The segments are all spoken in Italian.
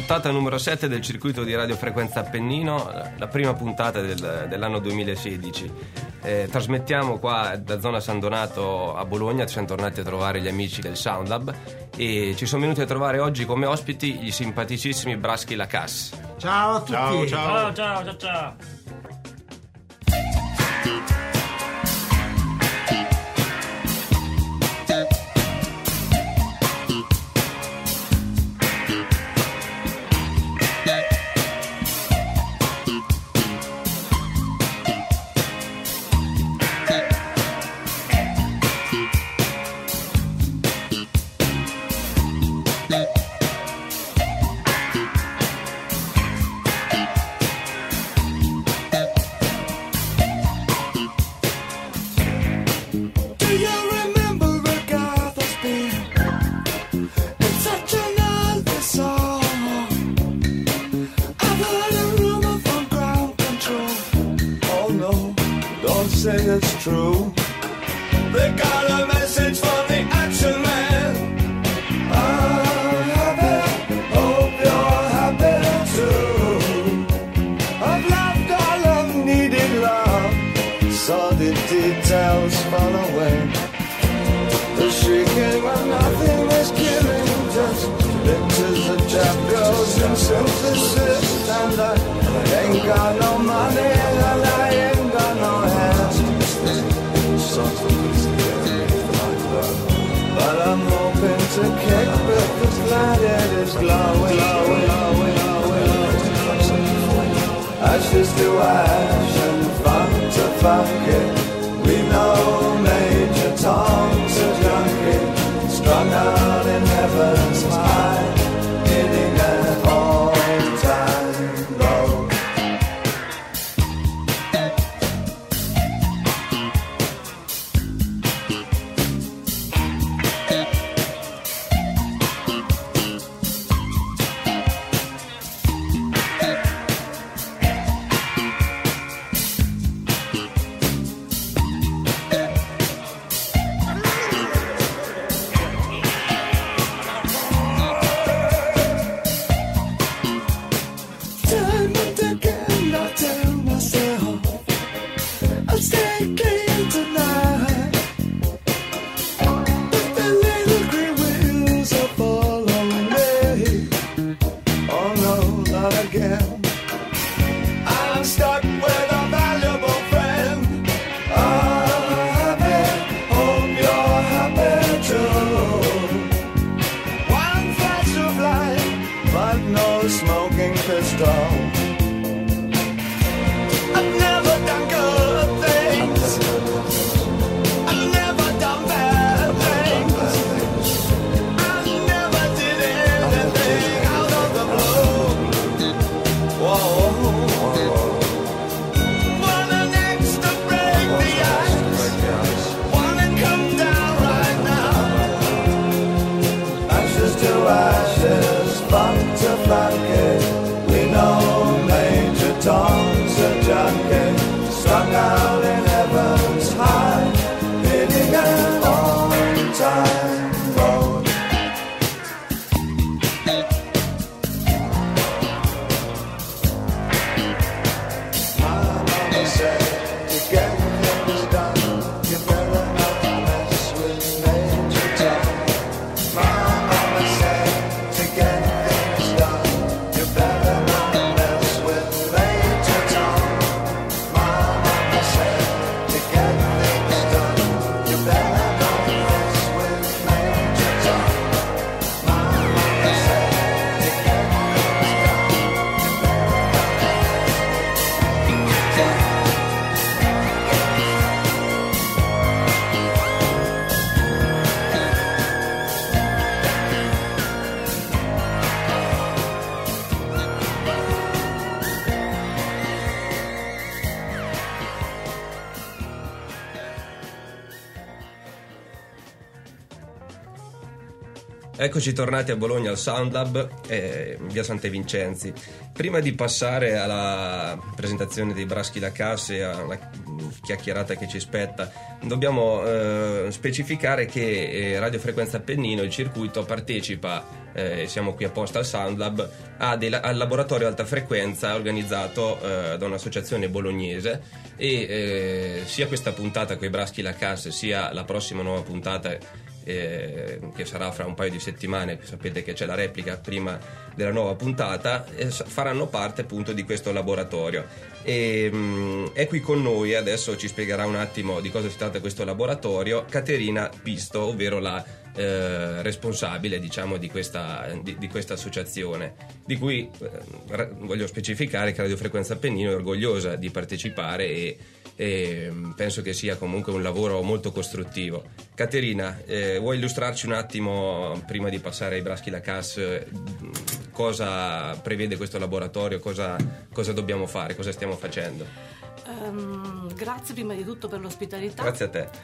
puntata numero 7 del circuito di radiofrequenza Appennino, la prima puntata dell'anno 2016. Trasmettiamo qua da zona San Donato a Bologna, ci siamo tornati a trovare gli amici del Soundlab e ci sono venuti a trovare oggi come ospiti i simpaticissimi Braschi Lacasse. Ciao a tutti. Ciao. Say it's true. They got a message from the action man. I'm happy, hope you're happy too. I've loved all I've needed love, saw the details fall away. The shrieking when nothing is killing, just pictures of chap goes and synthesis. And I ain't got no money and I ain't got no hands. But I'm hoping to kick because light it is glowing. Ashes to ash and funk to funk it. We know Major Tom's a junkie, strung out in heaven's high, hitting an all-time low. Mess Eccoci tornati a Bologna al Sound Lab, via Sante Vincenzi. Prima di passare alla presentazione dei Braschi La Casse e alla chiacchierata che ci spetta, dobbiamo specificare che Radio Frequenza Appennino, il circuito, partecipa, siamo qui apposta al Sound Lab, al laboratorio alta frequenza organizzato da un'associazione bolognese, e sia questa puntata con i Braschi La Casse sia la prossima nuova puntata che sarà fra un paio di settimane, sapete che c'è la replica prima della nuova puntata, faranno parte appunto di questo laboratorio. È qui con noi, adesso ci spiegherà un attimo di cosa si tratta questo laboratorio, Caterina Pisto, ovvero la responsabile, diciamo, di questa associazione, di cui voglio specificare che Radio Frequenza Appennino è orgogliosa di partecipare e penso che sia comunque un lavoro molto costruttivo. Caterina, vuoi illustrarci un attimo, prima di passare ai Braschi La Casse, cosa prevede questo laboratorio, cosa dobbiamo fare, cosa stiamo facendo? Grazie prima di tutto per l'ospitalità. Grazie a te.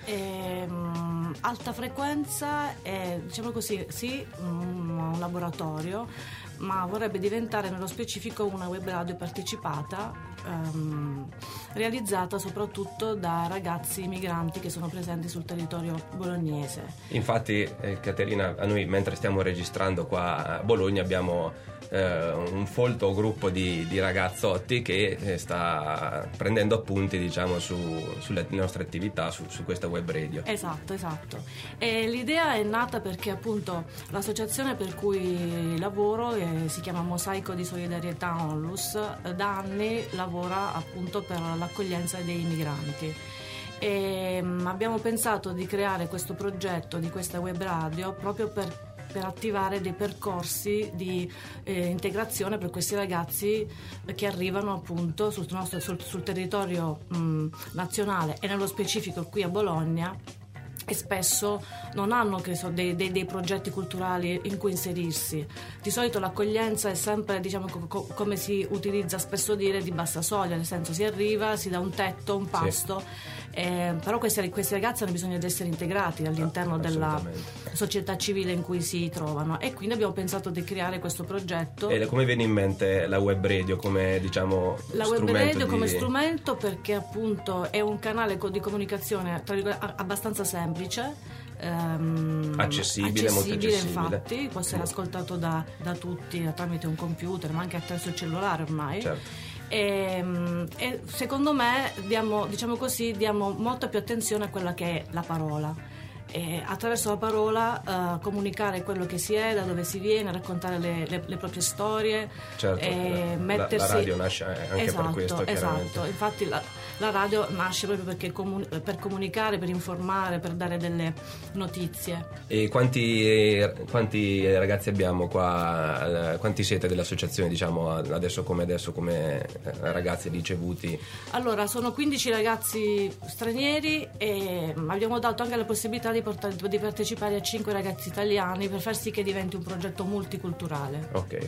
Alta frequenza è, diciamo così, sì, un laboratorio, ma vorrebbe diventare nello specifico una web radio partecipata, realizzata soprattutto da ragazzi migranti che sono presenti sul territorio bolognese. Infatti, Caterina, a noi mentre stiamo registrando qua a Bologna abbiamo un folto gruppo di ragazzotti che sta prendendo appunti, diciamo, sulle nostre attività su questa web radio. Esatto. E l'idea è nata perché appunto l'associazione per cui lavoro si chiama Mosaico di Solidarietà Onlus, da anni lavora appunto per l'accoglienza dei migranti. E abbiamo pensato di creare questo progetto di questa web radio proprio per attivare dei percorsi di integrazione per questi ragazzi che arrivano appunto sul territorio nazionale e nello specifico qui a Bologna, e spesso non hanno dei progetti culturali in cui inserirsi. Di solito l'accoglienza è sempre, diciamo, come si utilizza spesso dire, di bassa soglia, nel senso si arriva, si dà un tetto, un pasto, però questi ragazzi hanno bisogno di essere integrati all'interno della società civile in cui si trovano, e quindi abbiamo pensato di creare questo progetto. E come viene in mente la web radio come, diciamo, la web radio come strumento, perché appunto è un canale di comunicazione abbastanza semplice, accessibile, molto accessibile, infatti può essere ascoltato da tutti tramite un computer, ma anche attraverso il cellulare ormai. Certo. E secondo me diamo molta più attenzione a quella che è la parola. E attraverso la parola comunicare quello che si è, da dove si viene, raccontare le proprie storie. Certo, la radio nasce anche per questo, chiaramente. Esatto, infatti la radio nasce proprio perché per comunicare, per informare, per dare delle notizie. E quanti ragazzi abbiamo qua, quanti siete dell'associazione, diciamo, adesso come ragazzi ricevuti? Allora, sono 15 ragazzi stranieri e abbiamo dato anche la possibilità di partecipare a 5 ragazzi italiani per far sì che diventi un progetto multiculturale. Ok.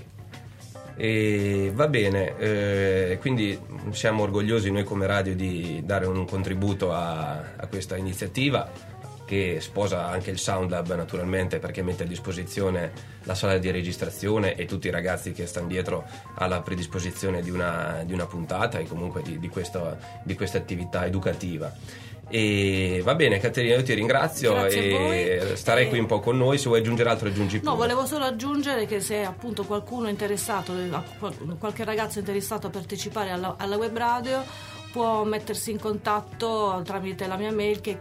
E va bene, quindi siamo orgogliosi noi come radio di dare un contributo a questa iniziativa, che sposa anche il Sound Lab naturalmente, perché mette a disposizione la sala di registrazione e tutti i ragazzi che stanno dietro alla predisposizione di una puntata e comunque di questa attività educativa. E va bene, Caterina, io ti ringrazio. Grazie e a voi. Starei qui un po' con noi. Se vuoi aggiungere altro, aggiungi pure. No, volevo solo aggiungere che se appunto qualcuno interessato, qualche ragazzo interessato a partecipare alla web radio, può mettersi in contatto tramite la mia mail, che è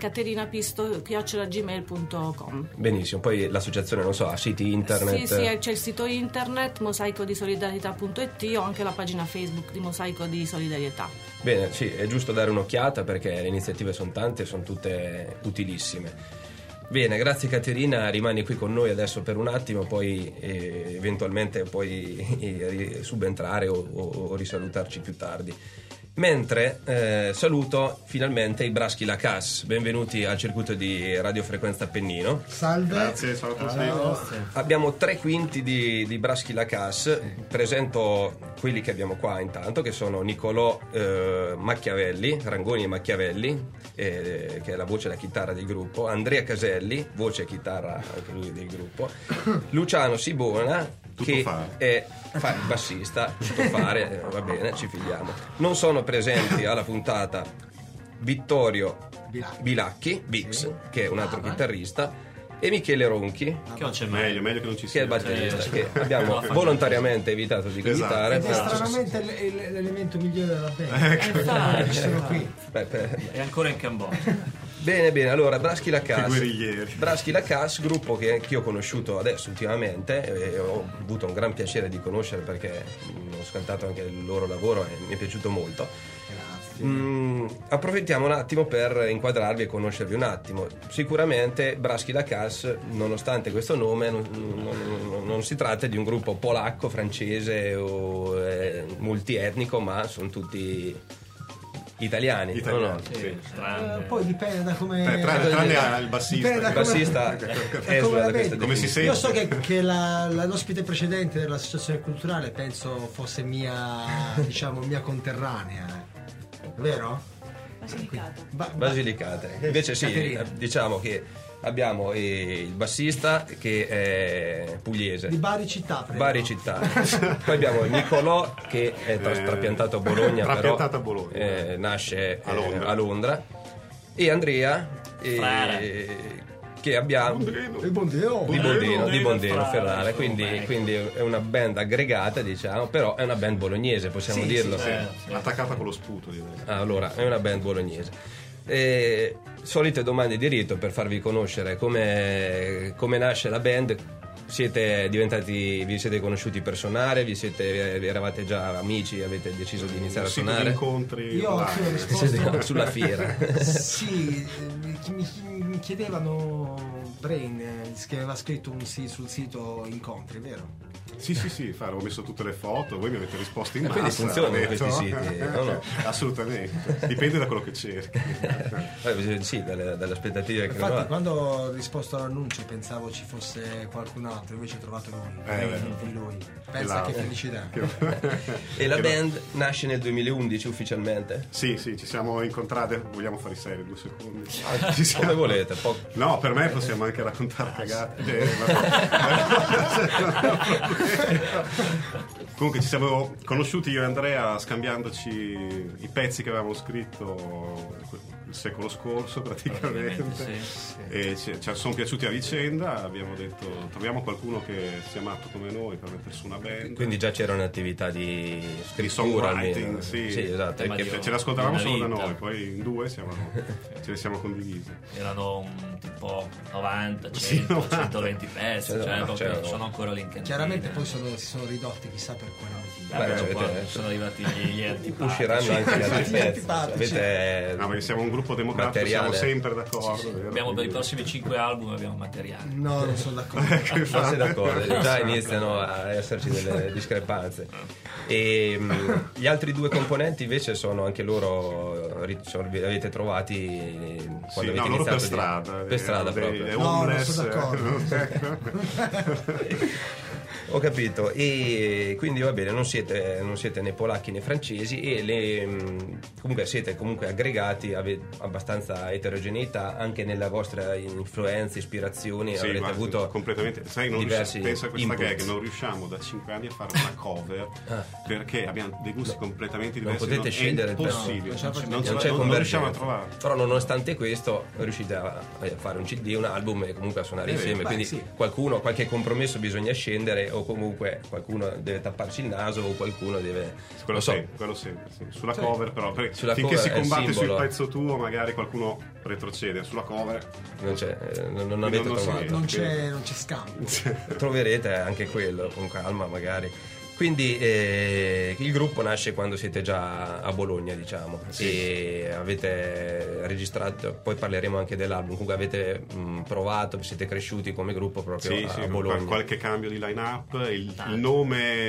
caterinappisto@gmail.com. Benissimo, poi l'associazione, non so, ha siti internet? Sì, c'è il sito internet mosaicodisolidarietà.it o anche la pagina Facebook di Mosaico di Solidarietà. Bene, sì, è giusto dare un'occhiata perché le iniziative sono tante, sono tutte utilissime. Bene, grazie Caterina, rimani qui con noi adesso per un attimo, poi eventualmente puoi subentrare o risalutarci più tardi. Mentre saluto finalmente i Braschi Lacasse. Benvenuti al circuito di Radiofrequenza Appennino. Salve. Grazie, ciao a tutti. Abbiamo 3/5 di Braschi Lacasse. Presento quelli che abbiamo qua intanto, che sono Niccolò Machiavelli, Rangoni e Machiavelli, che è la voce e la chitarra del gruppo, Andrea Caselli, voce e chitarra anche lui del gruppo, Luciano Sibona, che è il bassista, tuttofare, va bene, ci fidiamo. Non sono presenti alla puntata Vittorio Bilacchi, Bix, che è un altro chitarrista, e Michele Ronchi, Che non c'è Meglio che non ci che è sia. il batterista, che abbiamo volontariamente evitato di guidare. Ed è stranamente l'elemento migliore della band. Ci sono qui. È ancora in Cambogia. Bene, allora Braschi Che Lacasse. guerriglieri. Braschi Lacasse, gruppo che io ho conosciuto adesso ultimamente, e ho avuto un gran piacere di conoscere perché ho ascoltato anche il loro lavoro e mi è piaciuto molto. Approfittiamo un attimo per inquadrarvi e conoscervi un attimo. Sicuramente Braschi Lacasse, nonostante questo nome, non si tratta di un gruppo polacco, francese o multietnico, ma sono tutti italiani. No? Sì. Poi dipende da come. Tranne il bassista. Dipende da Il bassista esula da questa Come si definizione. sente? Io so che l'ospite precedente dell'associazione culturale penso fosse mia conterranea, vero? Basilicate. Invece sì, Caterina. diciamo che abbiamo il bassista che è pugliese. Di Bari città, prego. Bari città. Poi abbiamo Niccolò che è trapiantato a Bologna, trapiantato però a Bologna. nasce A Londra. E Andrea che abbiamo Il Bondeo. di Bondeno Ferrara, Ferrara, insomma, quindi è una band aggregata, diciamo, però è una band bolognese, possiamo dirlo. Attaccata con lo sputo, direi. Allora, è una band bolognese. Solite domande di rito per farvi conoscere come nasce la band. Vi siete conosciuti per suonare? Eravate già amici? Avete deciso di iniziare a Sito di suonare? incontri Io ho online. risposto. Sulla fiera. Sì, mi chiedevano Brain, che aveva scritto sul sito incontri, vero? Sì, avevo messo tutte le foto, voi mi avete risposto in massa. Quindi funzionano ho detto. questi siti, no? Assolutamente, dipende da quello che cerchi. Sì, dalle aspettative che Infatti, uno ha. quando ho risposto all'annuncio pensavo ci fosse qualcun altro, invece ho trovato lui. Pensa che felicità. E la band nasce nel 2011 ufficialmente? Sì, ci siamo incontrati. Vogliamo fare serie 2 secondi? Come volete. No, per me possiamo anche raccontare cagate. Comunque ci siamo conosciuti io e Andrea scambiandoci i pezzi che avevamo scritto il secolo scorso praticamente. E ci sono piaciuti a vicenda, abbiamo detto troviamo qualcuno che sia matto come noi per mettere su una band. Quindi già c'era un'attività di Di scrittura songwriting, almeno. sì. Esatto. Perché ce l'ascoltavamo solo da Una noi, vita. poi in due ce ne siamo condivisi. Erano tipo 90, 100, Sì, 120 pezzi, proprio c'era- sono ancora lì in cantina. Chiaramente poi si sono ridotti chissà per quale motivo. Sono arrivati gli antipatici. Usciranno anche gli altri Gli pezzi. antipatici. Avete No, perché siamo un gruppo democratico, materiale. siamo sempre d'accordo. vero? Abbiamo per i Quindi- prossimi 5 album abbiamo materiale. No, non sono d'accordo. non sei d'accordo, già iniziano a esserci delle discrepanze. E gli altri due componenti invece sono anche loro li avete trovati quando Sì, avete no, loro iniziato per strada. per strada proprio. Dei No, non homeless. sono d'accordo. Ho capito, e quindi va bene, non siete né polacchi né francesi e comunque siete comunque aggregati, avete abbastanza eterogeneità anche nelle vostre influenze, ispirazioni, Sì, avrete ma avuto completamente. Sai, diversi pensa a questa input. gag, non riusciamo da 5 anni a fare una cover perché abbiamo dei gusti completamente non diversi. potete scendere è il impossibile, non c'è non riusciamo a trovare. Però nonostante questo riuscite a fare un CD, un album e comunque a suonare insieme, quindi sì. qualche compromesso bisogna scendere, o comunque qualcuno deve tapparci il naso o qualcuno deve Quello non so, sempre, sì. Sulla cover però, perché Sulla finché cover si è il combatte sul simbolo. pezzo tuo magari qualcuno retrocede, sulla cover non avete non si trovato. vede. Non c'è scambio. Troverete anche quello con calma magari. Quindi il gruppo nasce quando siete già a Bologna, diciamo, e avete registrato, poi parleremo anche dell'album, comunque avete provato, siete cresciuti come gruppo proprio a Bologna. qualche cambio di line up, il nome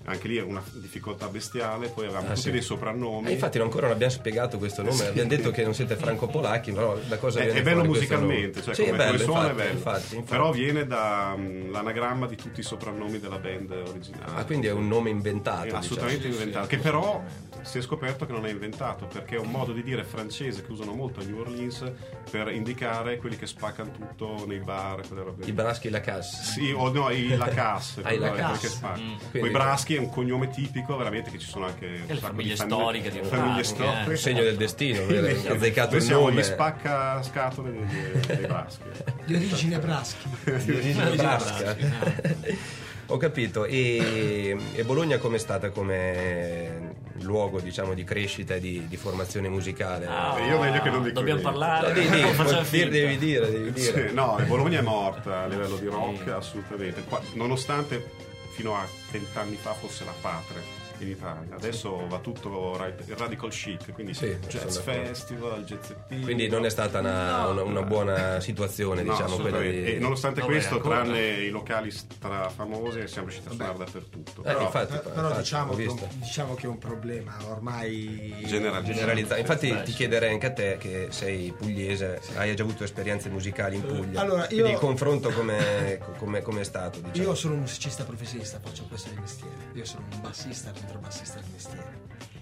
anche lì è una difficoltà bestiale. Poi avevamo tutti dei soprannomi. Infatti ancora non abbiamo spiegato questo nome, abbiamo detto che non siete franco-polacchi, però da cosa viene è bello fuori musicalmente, cioè sì, come, bello, come suona infatti, è bello. infatti. Però viene dall'anagramma di tutti i soprannomi della band originale. Quindi è un nome inventato, assolutamente diciamo. inventato, che però si è scoperto che non è inventato, perché è un modo di dire francese che usano molto a New Orleans per indicare quelli che spaccano tutto nei bar, quelle robe. I Braschi la Casse. Sì, o no, i Lacasse, i Lacasse. che spaccano. Quindi, Poi Braschi è un cognome tipico, veramente, che ci sono anche le famiglie storiche di famiglie storiche. Segno del destino, azzeccato noi il siamo nome. gli spacca scatole dei Braschi. Di origine Braschi. Di origine brasca. Ho capito. E Bologna com'è stata come luogo, diciamo, di crescita e di formazione musicale? Io meglio che non dico dobbiamo niente. parlare. Devi dire. Sì, no, Bologna è morta a livello di rock, assolutamente. Nonostante fino a 20 anni fa fosse la patria in Italia, adesso va tutto radical chic, quindi jazz festival, jazzettino. Quindi non è stata una buona situazione, diciamo, quella di... E nonostante questo, tranne i locali strafamosi, siamo riusciti a suonare dappertutto. Però infatti, diciamo che è un problema ormai generalizzato. Infatti ti chiederei anche a te, che sei pugliese, hai già avuto esperienze musicali in Puglia. Allora, quindi il confronto come è stato, diciamo? Io sono un musicista professionista, faccio questo di mestiere. Io sono un bassista, controbassista di mestiere.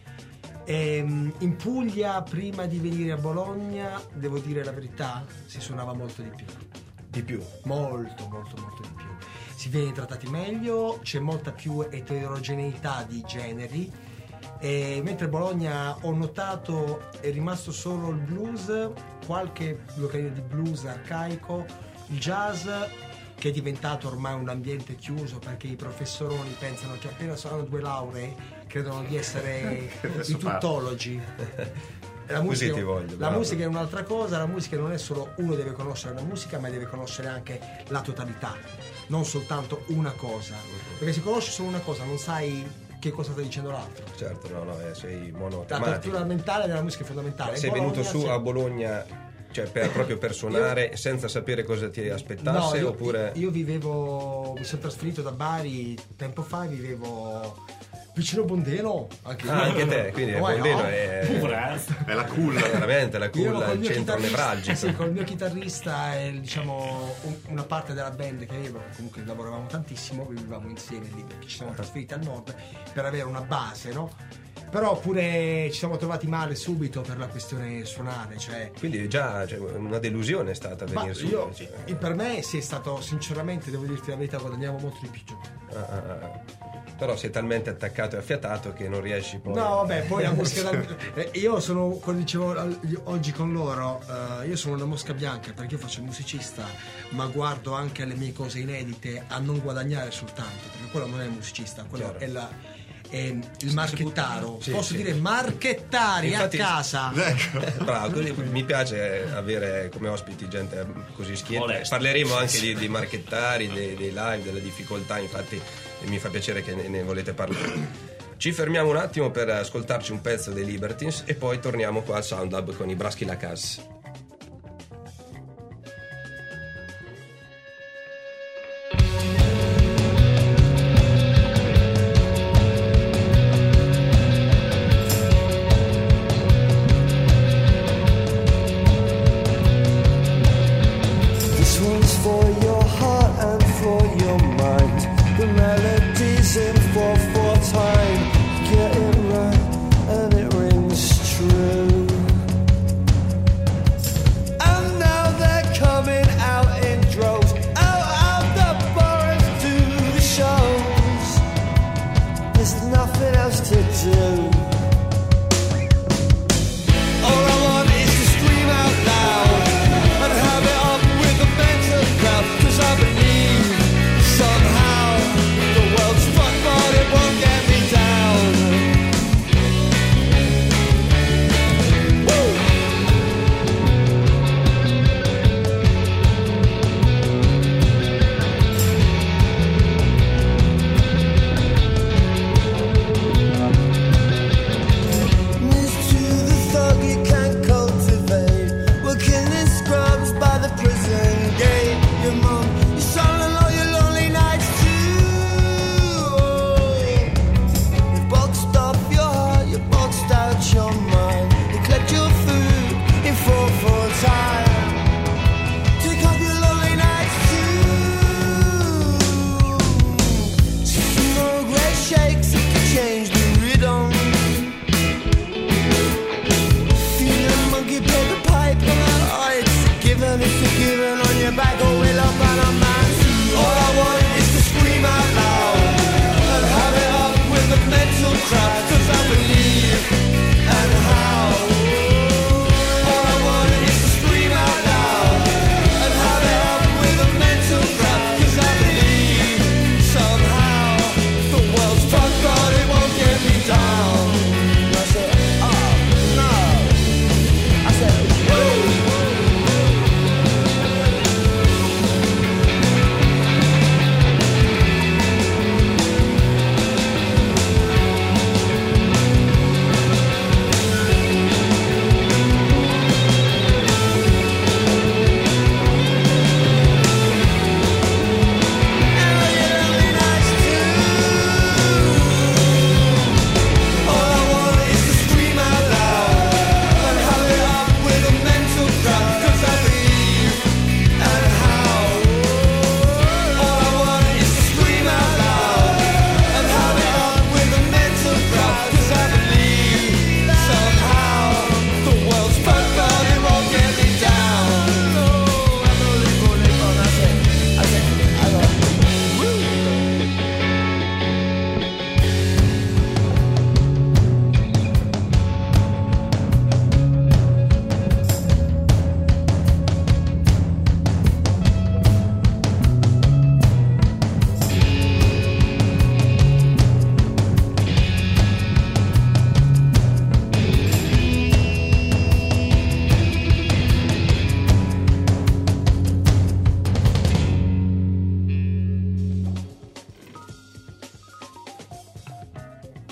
In Puglia, prima di venire a Bologna, devo dire la verità, si suonava molto di più. Di più? Molto di più. Si viene trattati meglio, c'è molta più eterogeneità di generi. Mentre a Bologna ho notato è rimasto solo il blues, qualche località di blues arcaico, il jazz, che è diventato ormai un ambiente chiuso, perché i professoroni pensano che appena sono 2 lauree credono di essere i tuttologi. La musica è un'altra cosa, la musica non è solo uno deve conoscere la musica, ma deve conoscere anche la totalità, non soltanto una cosa, perché se conosci solo una cosa non sai che cosa sta dicendo l'altro. Certo, sei monotematico. La apertura mentale della musica è fondamentale. Sei venuto su a Bologna, cioè proprio per suonare, senza sapere cosa ti aspettasse? No, oppure... io mi sono trasferito da Bari tempo fa e vivevo vicino Bondeno. Anche te, quindi Bondeno è la culla, veramente la culla, il centro nevralgico. Sì, con il mio chitarrista e diciamo una parte della band che avevo, comunque lavoravamo tantissimo, vivevamo insieme lì perché ci siamo trasferiti al nord per avere una base, no? Però pure ci siamo trovati male subito per la questione suonare, cioè... Quindi già una delusione è stata venire su. Per me sì, è stato, sinceramente, devo dirti la verità, guadagniamo molto di più. Però sei talmente attaccato e affiatato che non riesci poi... No, vabbè, poi la musica... io sono, come dicevo oggi con loro, io sono una mosca bianca, perché io faccio il musicista, ma guardo anche alle mie cose inedite a non guadagnare soltanto, perché quello non è il musicista, quello è il marchettaro. Posso dire marchettari. Infatti, a casa. Ecco. Bravo, così mi piace avere come ospiti gente così schietta. Parleremo anche di marchettari, dei live, delle difficoltà, infatti mi fa piacere che ne volete parlare. Ci fermiamo un attimo per ascoltarci un pezzo dei Libertines e poi torniamo qua al Sound Lab con i Braschi la Casse.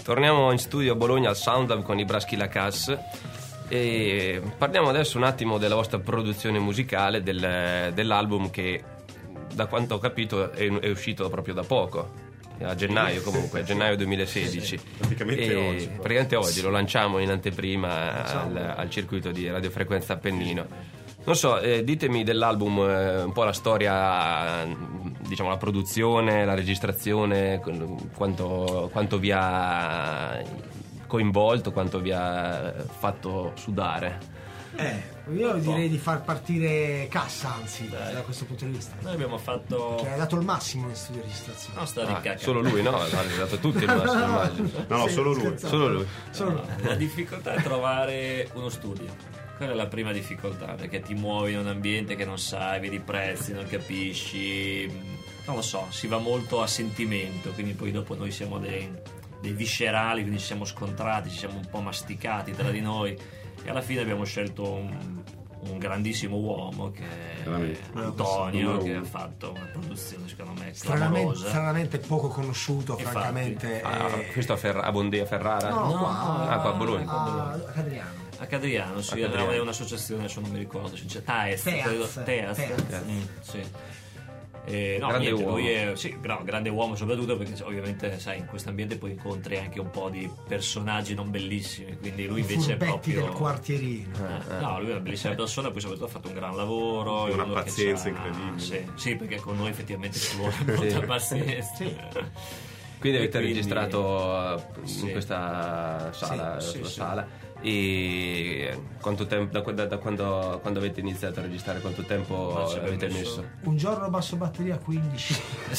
Torniamo in studio a Bologna al Soundlab con i Braschi La Casse e parliamo adesso un attimo della vostra produzione musicale, dell'album che da quanto ho capito è uscito proprio da poco, a gennaio comunque, a gennaio 2016. Praticamente oggi lo lanciamo in anteprima al circuito di radiofrequenza Appennino. Non so, ditemi dell'album un po' la storia, diciamo la produzione, la registrazione, quanto vi ha coinvolto, quanto vi ha fatto sudare. Io direi di far partire Cassa, anzi, da questo punto di vista. Noi abbiamo fatto... Che ha dato il massimo in studio di registrazione. No, sta di cacca. Solo lui, no? Ha dato tutti il massimo, immagino. No, Sì, solo lui. Solo lui. La difficoltà è trovare uno studio. Quella è la prima difficoltà, perché ti muovi in un ambiente che non sai, vedi i prezzi, non capisci, non lo so, si va molto a sentimento, quindi poi dopo noi siamo dei viscerali, quindi ci siamo scontrati, ci siamo un po' masticati tra di noi e alla fine abbiamo scelto un grandissimo uomo che è Antonio, che ha fatto una produzione secondo me clamorosa, stranamente poco conosciuto. Infatti. francamente. Questo a Bondea Ferrara? No, qua a Bologna. A Cadriano. A Cadriano, sì, è un'associazione, adesso non mi ricordo, Teaz. Sì. No, Grande niente, uomo. lui è grande uomo soprattutto perché ovviamente sai in questo ambiente poi incontri anche un po' di personaggi non bellissimi, quindi lui invece è furbetti proprio del quartierino. no, lui è una bellissima persona, poi soprattutto ha fatto un gran lavoro, Una uno che pazienza c'ha- incredibile. sì, perché con noi effettivamente ci vuole molta pazienza. Quindi avete quindi- registrato in Sì. questa sala, Sì, la sua sì. sala. E quanto tempo, da quando avete iniziato a registrare, quanto tempo Ma ci abbiamo avete messo- messo? Un giorno basso batteria 15.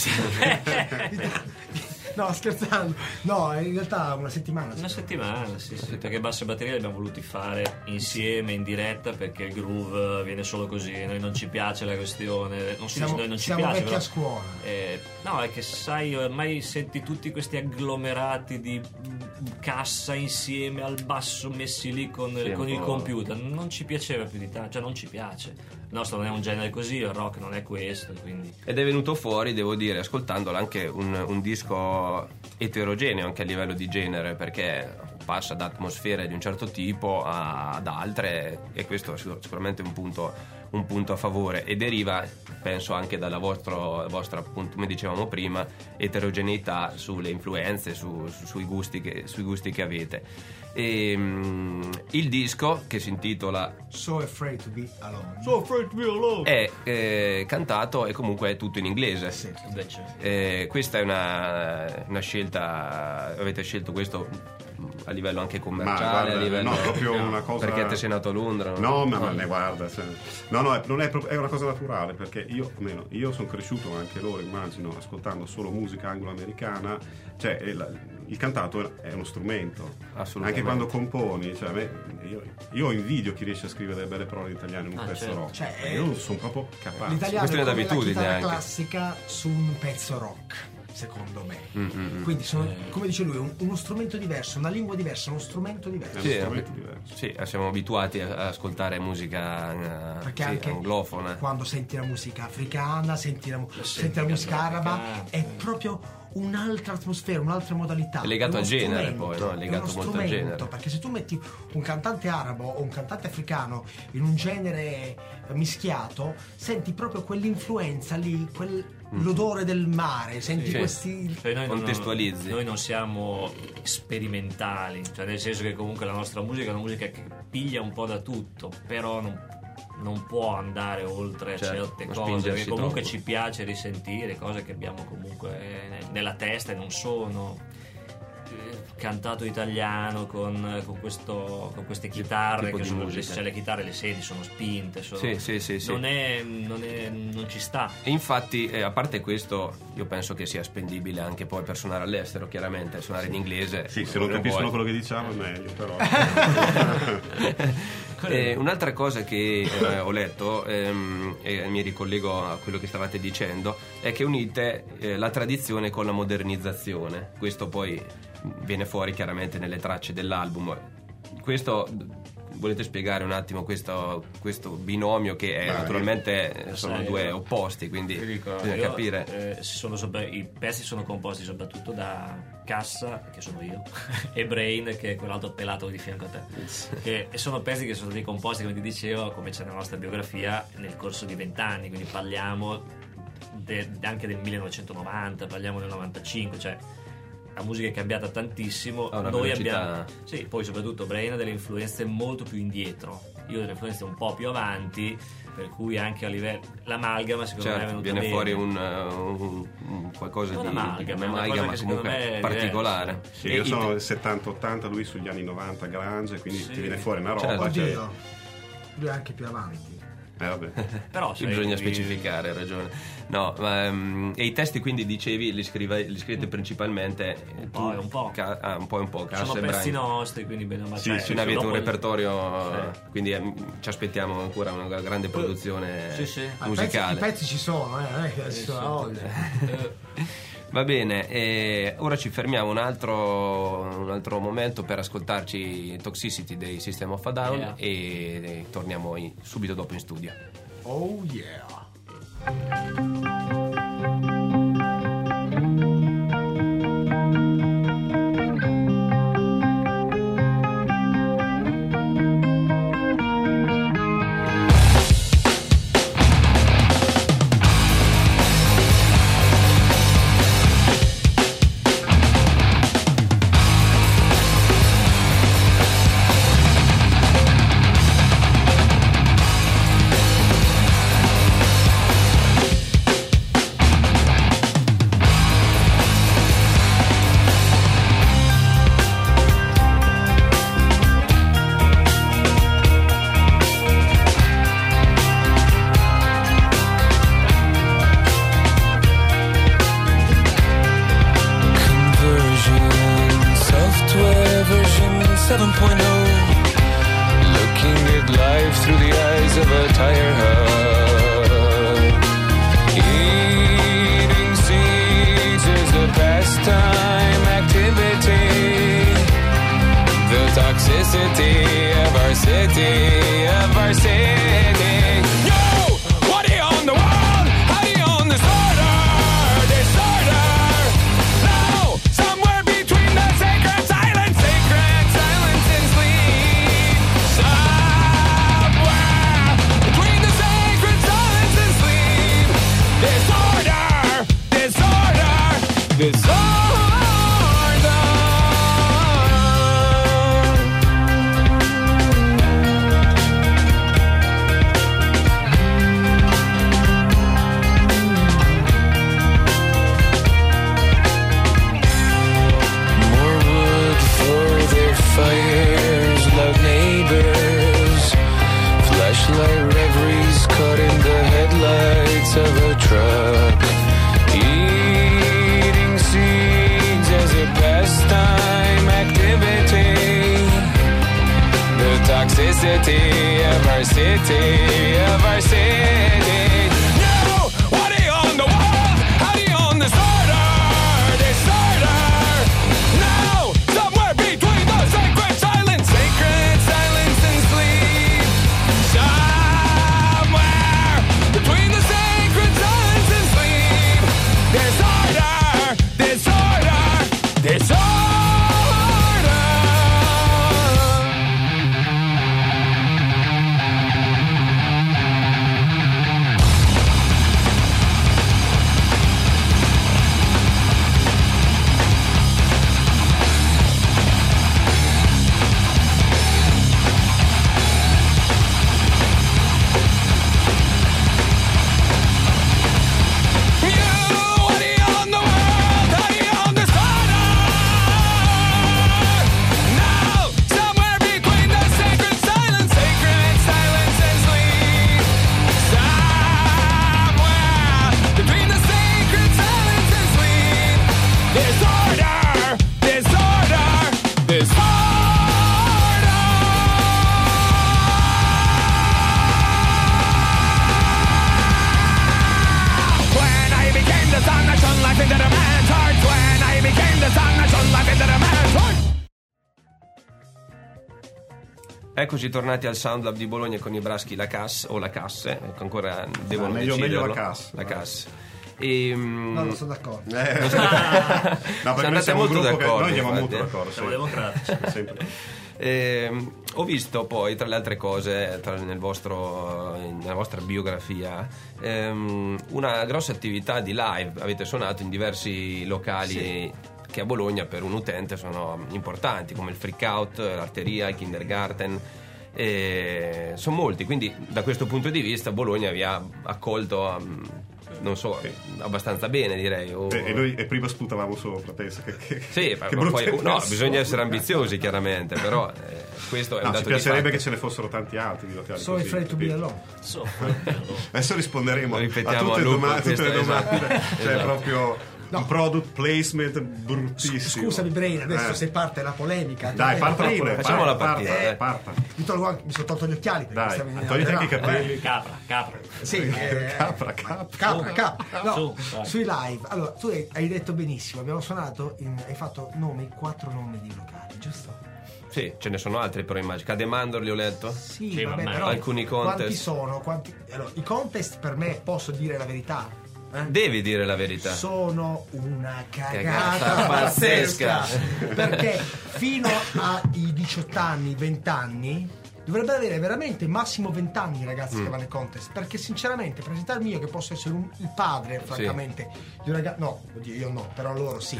No, scherzando. No, in realtà una settimana. Una settimana, sì, perché basso e batteria li abbiamo voluti fare insieme, in diretta, perché il groove viene solo così, a noi non ci piace la questione, non si dice noi non ci siamo piace, vecchi però, a scuola. no, è che sai, ormai senti tutti questi agglomerati di cassa insieme al basso messi lì con Sì, un il po'. computer, non ci piaceva più di tanto, cioè non ci piace. Il nostro non è un genere così, il rock non è questo, quindi... Ed è venuto fuori, devo dire, ascoltandolo, anche un disco eterogeneo anche a livello di genere, perché passa da atmosfere di un certo tipo ad altre, e questo è sicuramente un punto a favore, e deriva, penso, anche dalla vostra, appunto, come dicevamo prima, eterogeneità sulle influenze, sui gusti che avete. Il disco, che si intitola So Afraid to Be Alone. è cantato e comunque è tutto in inglese. Sì. Invece... Questa è una scelta, avete scelto questo a livello anche commerciale, guarda, a livello, no, proprio una cosa... perché te sei nato a Londra, No, ma ne guarda, cioè, non è è una cosa naturale, perché io sono cresciuto, anche loro immagino, ascoltando solo musica anglo-americana, cioè il cantato è uno strumento, Assolutamente. anche quando componi, cioè, io invidio chi riesce a scrivere delle belle parole in italiano in un pezzo certo. rock. Cioè, Io non sono proprio capace. L'italiano è questione come la d'abitudine chitarra anche. classica su un pezzo rock, secondo me. Quindi sono, come dice lui, uno strumento diverso, una lingua diversa, uno strumento diverso. È uno strumento diverso. Sì, siamo abituati ad ascoltare musica Perché anche anglofona. quando senti la musica africana, senti la musica musica araba, africana. è proprio un'altra atmosfera, un'altra modalità. È legato uno al genere, strumento, poi, no? È legato uno molto al strumento, genere. perché se tu metti un cantante arabo o un cantante africano in un genere mischiato, senti proprio quell'influenza lì, l'odore del mare, senti Sì. questi... Cioè, noi Contestualizzi. noi non siamo sperimentali, cioè nel senso che comunque la nostra musica è una musica che piglia un po' da tutto, però non può andare oltre Certo, certe non cose, spingersi perché comunque troppo. ci piace risentire cose che abbiamo comunque nella testa e non sono cantato italiano con queste chitarre tipo che di sono musica. cioè le chitarre le sedi sono spinte, sono, Sì. non ci sta. E infatti, a parte questo, io penso che sia spendibile anche poi per suonare all'estero, chiaramente, suonare in inglese. Sì, se non come capiscono vuoi. quello che diciamo è meglio, però. Un'altra cosa che ho letto, e mi ricollego a quello che stavate dicendo, è che unite la tradizione con la modernizzazione. Questo poi viene fuori chiaramente nelle tracce dell'album. Questo volete spiegare un attimo questo binomio che è, naturalmente sono due opposti, quindi bisogna capire. I pezzi sono composti soprattutto da Cassa, che sono io, e Brain, che è quell'altro pelato di fianco a te, e sono pezzi che sono stati composti, come ti dicevo, come c'è nella nostra biografia, nel corso di 20 anni, quindi parliamo anche del 1990, parliamo del 95, cioè la musica è cambiata tantissimo. Noi abbiamo, poi soprattutto Brain ha delle influenze molto più indietro, io ho delle influenze un po' più avanti, per cui anche a livello l'amalgama secondo me è venuto viene bene. Fuori un qualcosa di un'amalgama comunque particolare. Sì, io sono del 70-80, lui sugli anni 90 grunge, quindi ti viene fuori una roba. Oddio, lui è anche più avanti. Vabbè. Però bisogna specificare, hai ragione. No, ma, e i testi quindi dicevi li scrivete principalmente un po'. Un po'. Sono pezzi nostri, quindi bene o male. Sì, avete un repertorio, quindi ci aspettiamo ancora una grande produzione musicale. I pezzi ci sono, non è che ci sono voglia. Va bene, ora ci fermiamo un altro momento per ascoltarci Toxicity dei System of a Down e torniamo subito dopo in studio. Oh yeah. Between the sacred Eccoci tornati al Sound Lab di Bologna con i Braschi La Casse, o La Casse, ecco, ancora devono meglio deciderlo. La Casse. La Casse. E, No, non sono d'accordo. No, perché noi andate siamo un molto gruppo che d'accordo, noi andiamo infatti, molto d'accordo. Siamo sì. democratici. Sempre. Ho visto poi, tra le altre cose, nella vostra biografia, una grossa attività di live. Avete suonato in diversi locali che a Bologna per un utente sono importanti, come il Freak Out, l'Arteria, il Kindergarten. Sono molti, quindi da questo punto di vista Bologna vi ha accolto, non so, abbastanza bene, direi. E noi prima sputavamo sopra, pensa che Sì, che ma brutte poi, no, persone. bisogna essere ambiziosi chiaramente, però questo è un No, dato ci di piacerebbe fatto. che ce ne fossero tanti altri di locali Sono così, afraid to be capito? alone. Adesso risponderemo Ripetiamo a a loop tutte questa, le domande. esatto. Cioè Esatto. proprio No. un product placement bruttissimo. Scusami Brain, adesso se parte la polemica. Dai, parta la prima. polemica. Facciamola parta, partire. parta. Mi sono tolto gli occhiali perché Dai, stavo venendo togliti anche i bravo, capelli. Capra. Sì, Capra. No, Su, dai. sui live. Allora, tu hai detto benissimo, abbiamo suonato, hai fatto 4 nomi di locali, giusto? Sì, ce ne sono altri però immagino. Cademandor li ho letto? Sì, Sì, vabbè, ma però alcuni contest. quanti sono? Allora, i contest per me, posso dire la verità, Devi dire la verità. sono una Cagata cagata pazzesca. pazzesca. Perché fino ai 18 anni, 20 anni dovrebbe avere veramente massimo 20 anni i ragazzi che vanno ai contest, perché sinceramente presentarmi io che posso essere il padre francamente di un ragazzo, no, oddio, io no, però loro sì.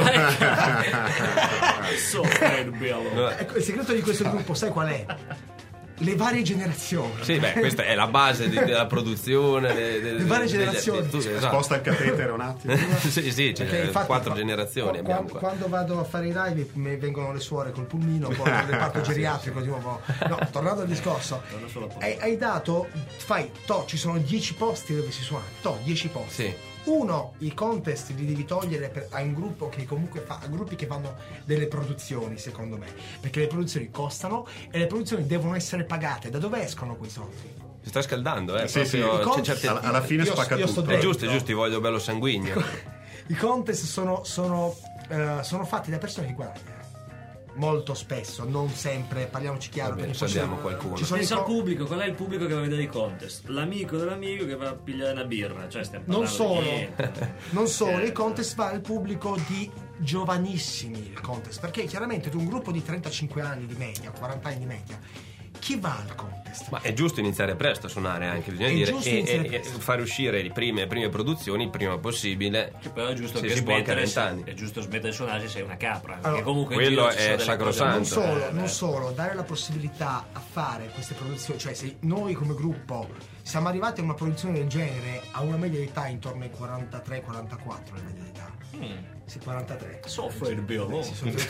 Ecco, il segreto di questo gruppo sai qual è? Le varie generazioni. Sì, beh, questa è la base della produzione. Le varie generazioni. Esatto. Sposta il catetere un attimo. sì, Perché c'è infatti 4 generazioni abbiamo qua. Quando vado a fare i live mi vengono le suore col pulmino, poi il reparto geriatrico di nuovo. No, tornando al discorso, hai dato, ci sono 10 posti dove si suona, 10 posti. Sì. Uno, i contest li devi togliere a un gruppo che comunque fa, a gruppi che fanno delle produzioni, secondo me, perché le produzioni costano e le produzioni devono essere pagate. Da dove escono quei soldi? Si sta scaldando, Sì, sì. proprio, I c'è certe- Alla fine Io spacca sto tutto. dentro. È giusto, ti voglio bello sanguigno. I contest sono fatti da persone che guadagnano molto spesso, non sempre, parliamoci chiaro. Va bene, perché poi salviamo ci qualcuno. sono i Pensa al co- pubblico, qual è il pubblico che va a vedere i contest? L'amico dell'amico che va a pigliare una birra, cioè stiamo non parlando solo, di niente. non solo, i contest va al pubblico di giovanissimi, il contest, perché chiaramente tu un gruppo di 35 anni di media, 40 anni di media, chi va al contest? Ma è giusto iniziare presto a suonare anche, bisogna È dire, giusto iniziare e presto. fare uscire le prime produzioni il prima possibile. Che però è giusto Se che si può anche a smettere, 20 anni. è giusto smettere di suonare se sei una capra. Allora, perché comunque in quello giro ci sono è delle sacrosanto. cose- Non solo, dare la possibilità a fare queste produzioni, cioè se noi come gruppo siamo arrivati a una produzione del genere a una media di età intorno ai 43-44, la media di età. Sì, 43. Soffre il biologo.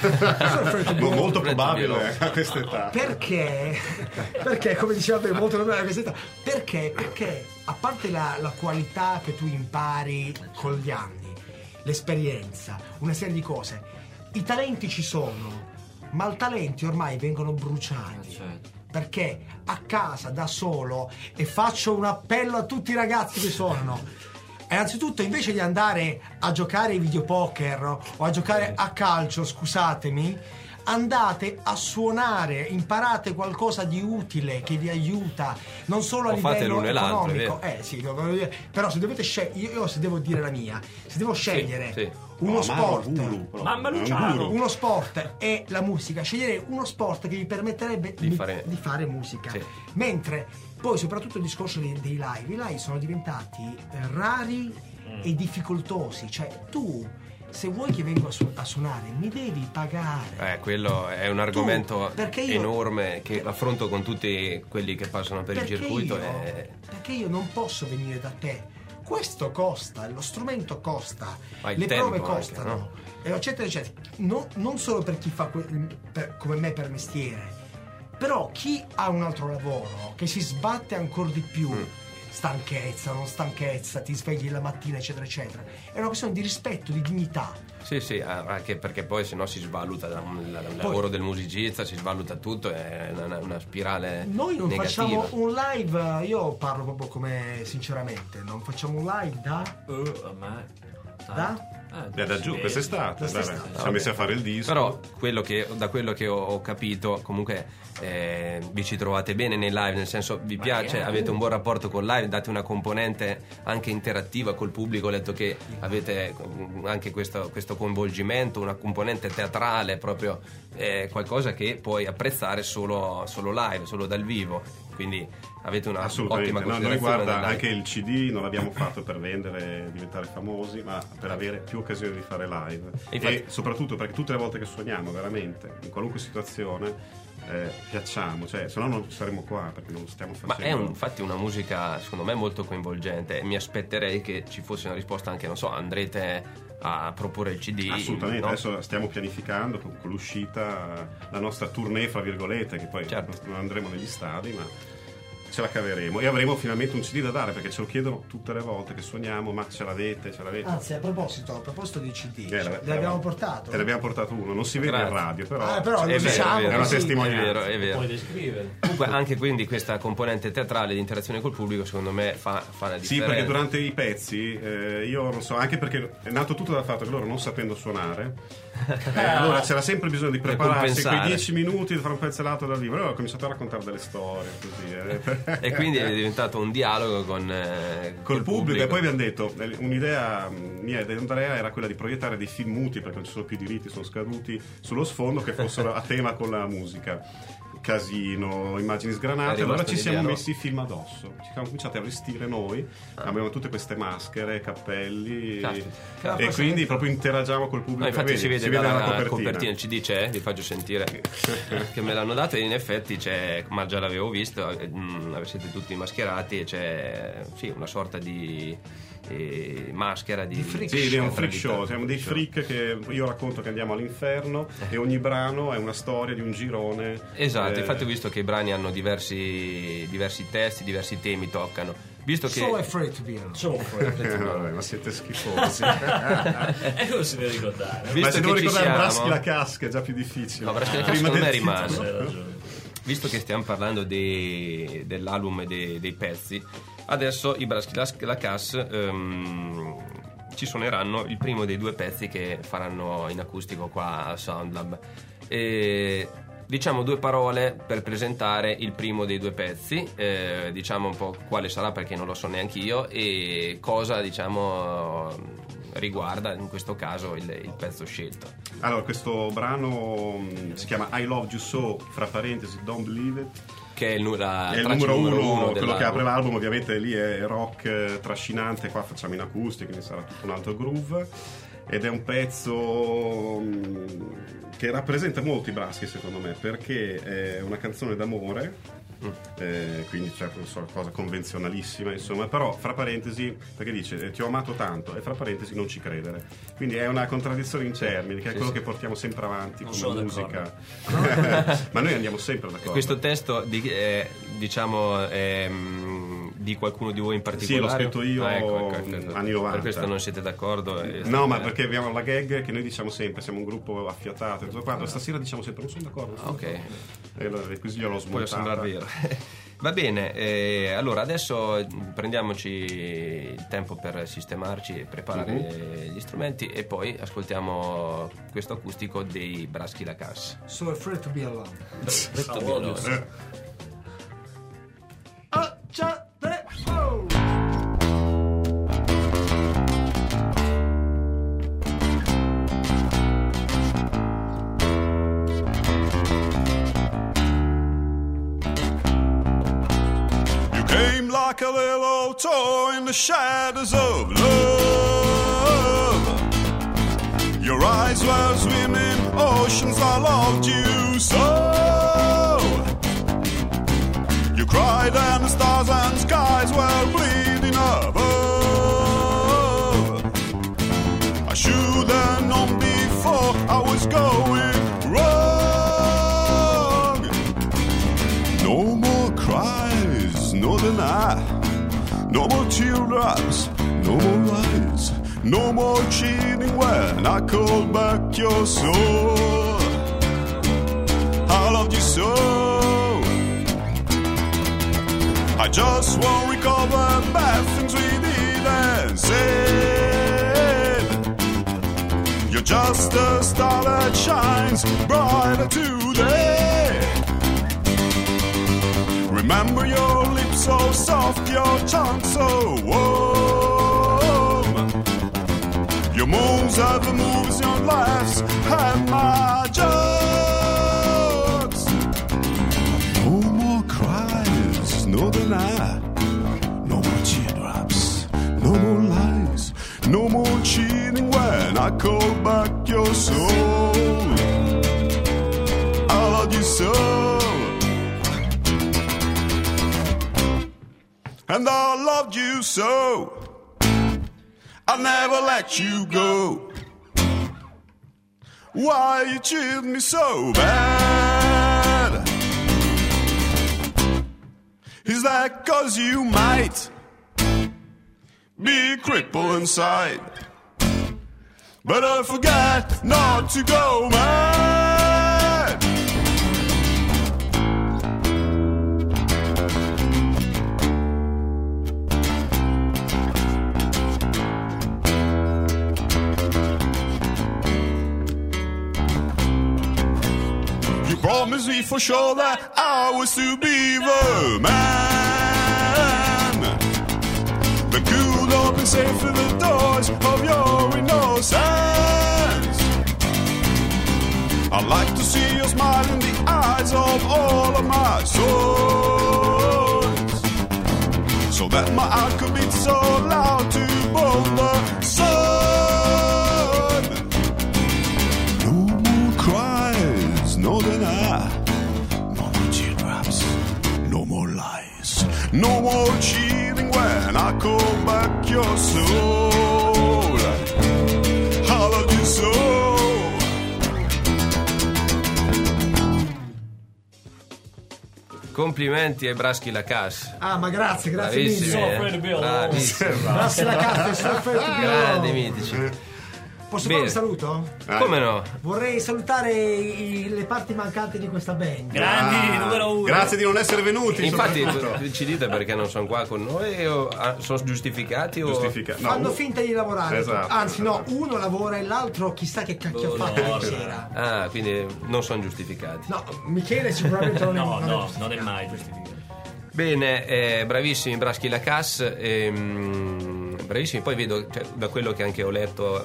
Molto probabile a questa età. Perché come diceva prima, molto bene questa età, perché a parte la qualità che tu impari con gli anni, l'esperienza, una serie di cose, i talenti ci sono, ma i talenti ormai vengono bruciati. Certo. Perché a casa da solo, e faccio un appello a tutti i ragazzi che suonano, innanzitutto invece di andare a giocare ai videopoker o a giocare a calcio, scusatemi, andate a suonare, imparate qualcosa di utile che vi aiuta non solo a O fate livello l'uno e l'altro, economico, è sì, voglio dire, però se dovete scegliere, io se devo dire la mia, se devo scegliere sì. uno sport, Mamma È un Luciano. guru. uno sport e la musica, sceglierei uno sport che vi permetterebbe Di fare musica. sì. Mentre poi soprattutto il discorso dei live, i live sono diventati rari e difficoltosi, cioè tu se vuoi che vengo a suonare mi devi pagare. Quello è un argomento perché io- enorme che affronto con tutti quelli che passano per il circuito. Perché io non posso venire da te. Questo costa, lo strumento costa, Ma il le tempo prove anche, costano, no? eccetera, eccetera. Non solo per chi fa come me per mestiere, però chi ha un altro lavoro che si sbatte ancora di più, stanchezza, non stanchezza, ti svegli la mattina, eccetera, eccetera. È una questione di rispetto, di dignità. Sì, anche perché poi sennò si svaluta il lavoro del musicista, si svaluta tutto, è una spirale Noi non negativa. facciamo un live, io parlo proprio come sinceramente, non facciamo un live da Da giù, quest'estate. Siamo messi a fare il disco. Però da quello che ho capito, comunque vi ci trovate bene nei live, nel senso vi piace, avete un buon rapporto col live, date una componente anche interattiva col pubblico. Ho letto che avete anche questo coinvolgimento, una componente teatrale, proprio qualcosa che puoi apprezzare solo live, solo dal vivo. Quindi avete una ottima considerazione. Noi guarda, anche il CD non l'abbiamo fatto per vendere e diventare famosi, ma per avere più occasioni di fare live. E soprattutto perché tutte le volte che suoniamo, veramente, in qualunque situazione, piacciamo, cioè se no non saremmo qua, perché non stiamo facendo. Ma è infatti una musica secondo me molto coinvolgente. Mi aspetterei che ci fosse una risposta anche, non so, andrete a proporre il CD? Assolutamente, no? Adesso stiamo pianificando con l'uscita la nostra tournée, fra virgolette, che poi non andremo negli stadi, ma ce la caveremo e avremo finalmente un CD da dare, perché ce lo chiedono tutte le volte che suoniamo, ma ce l'avete? Anzi, a proposito di CD, le abbiamo portato? Te ne abbiamo portato uno, non si vede in radio, però è una testimonianza. È vero. Puoi descrivere. Comunque anche quindi questa componente teatrale di interazione col pubblico secondo me fa la differenza. Sì, perché durante i pezzi io non so, anche perché è nato tutto dal fatto che loro non sapendo suonare, allora c'era sempre bisogno di prepararsi quei 10 minuti di fare un pezzellato dal vivo. Allora ho cominciato a raccontare delle storie così. E quindi è diventato un dialogo col pubblico. E poi abbiamo detto, un'idea mia ed Andrea era quella di proiettare dei film muti, perché non ci sono più diritti, sono scaduti, sullo sfondo, che fossero a tema con la musica. Casino, immagini sgranate. Allora ci siamo messi i film addosso, ci siamo cominciati a vestire noi, abbiamo tutte queste maschere, cappelli, e quindi proprio interagiamo col pubblico. Infatti si vede dalla copertina. Il CD c'è, vi faccio sentire che me l'hanno dato, e in effetti c'è, ma già l'avevo visto, siete tutti mascherati e c'è una sorta di maschera di freak show. Sì, è un freak show, siamo dei freak che io racconto che andiamo all'inferno e ogni brano è una storia di un girone. Esatto, infatti ho visto che i brani hanno diversi testi, diversi temi toccano. Visto che So Afraid to Be Alone. Ma siete schifosi. E non si deve ricordare. Ma se devo ricordare Braschi la Casca è già più difficile. No, Braschi la Casca non è rimasto. Visto che stiamo parlando dell'album e dei pezzi, adesso i Braschi la Cas ci suoneranno il primo dei 2 pezzi che faranno in acustico qua al Soundlab. Diciamo 2 parole per presentare il primo dei 2 pezzi, diciamo un po' quale sarà, perché non lo so neanche io, e cosa riguarda in questo caso il pezzo scelto. Allora, questo brano si chiama I Love You So, fra parentesi Don't Believe It, che è il numero uno, quello che apre l'album. Ovviamente lì è rock trascinante, qua facciamo in acustica, quindi sarà tutto un altro groove, ed è un pezzo che rappresenta molto i Braschi, secondo me, perché è una canzone d'amore, quindi c'è una cosa convenzionalissima, insomma, però fra parentesi, perché dice ti ho amato tanto, e fra parentesi non ci credere, quindi è una contraddizione in termini, che è quello che portiamo sempre avanti come musica. Ma noi andiamo sempre d'accordo. Questo testo diciamo di qualcuno di voi in particolare? Sì, l'ho scritto io anni 90. Per questo non siete d'accordo? No, ma perché abbiamo la gag che noi diciamo sempre, siamo un gruppo affiatato, stasera diciamo sempre non sono d'accordo. Ok. E allora, così gliel'ho smontata. Può sembrare vero. Va bene, allora adesso prendiamoci il tempo per sistemarci e preparare gli strumenti, e poi ascoltiamo questo acustico dei Braschi la Cas. So Afraid to Be Alone. Like a little toe in the shadows of love. Your eyes were swimming oceans, I loved you so. You cried and the stars and skies were bleeding above. I should have known before I was going wrong. No more cries, no deny. No more teardrops, no more lies, no more cheating when I call back your soul. I loved you so. I just won't recall the bad things we did and said. just a star that shines brighter today. Remember your lips so soft, your tongue so warm. Your moves are the moves, your laughs and my jokes. No more cries, no deny. No more teardrops, no more lies. No more cheating when I call back your soul. I love you so, and I loved you so. I'll never let you go. Why you treat me so bad? Is that 'cause you might be crippled inside? But I forgot not to go mad. You promised me for sure that I was to be the man that could open safely the doors of your innocence. I like to see your smile in the eyes of all of my souls, so that my heart could beat so loud to both the sun. No more cries, no deny. No more teardrops, no more lies. No more cheating when I call back your soul. I love you so. Complimenti ai Braschi Lacasse. Ah, ma grazie Bravissimi, mille. Bravissimi. Grazie la cazzo, sofferto Grandi mitici. Posso Bene. fare un saluto? Come no? Vorrei salutare le parti mancanti di questa band. Grandi, numero uno. Grazie di non essere venuti. Infatti soprattutto. ci dite perché non sono qua con noi o sono giustificati o... No, Fanno finta di lavorare. Esatto, Anzi, no, esatto. uno lavora e l'altro chissà che cacchio ha fatto no, ieri sera. Ah, quindi non sono giustificati. No, Michele sicuramente non è No, no, giustificato. non è mai giustificato. Bene, bravissimi Braschi Lacasse, bravissimi. Poi vedo, cioè, da quello che anche ho letto,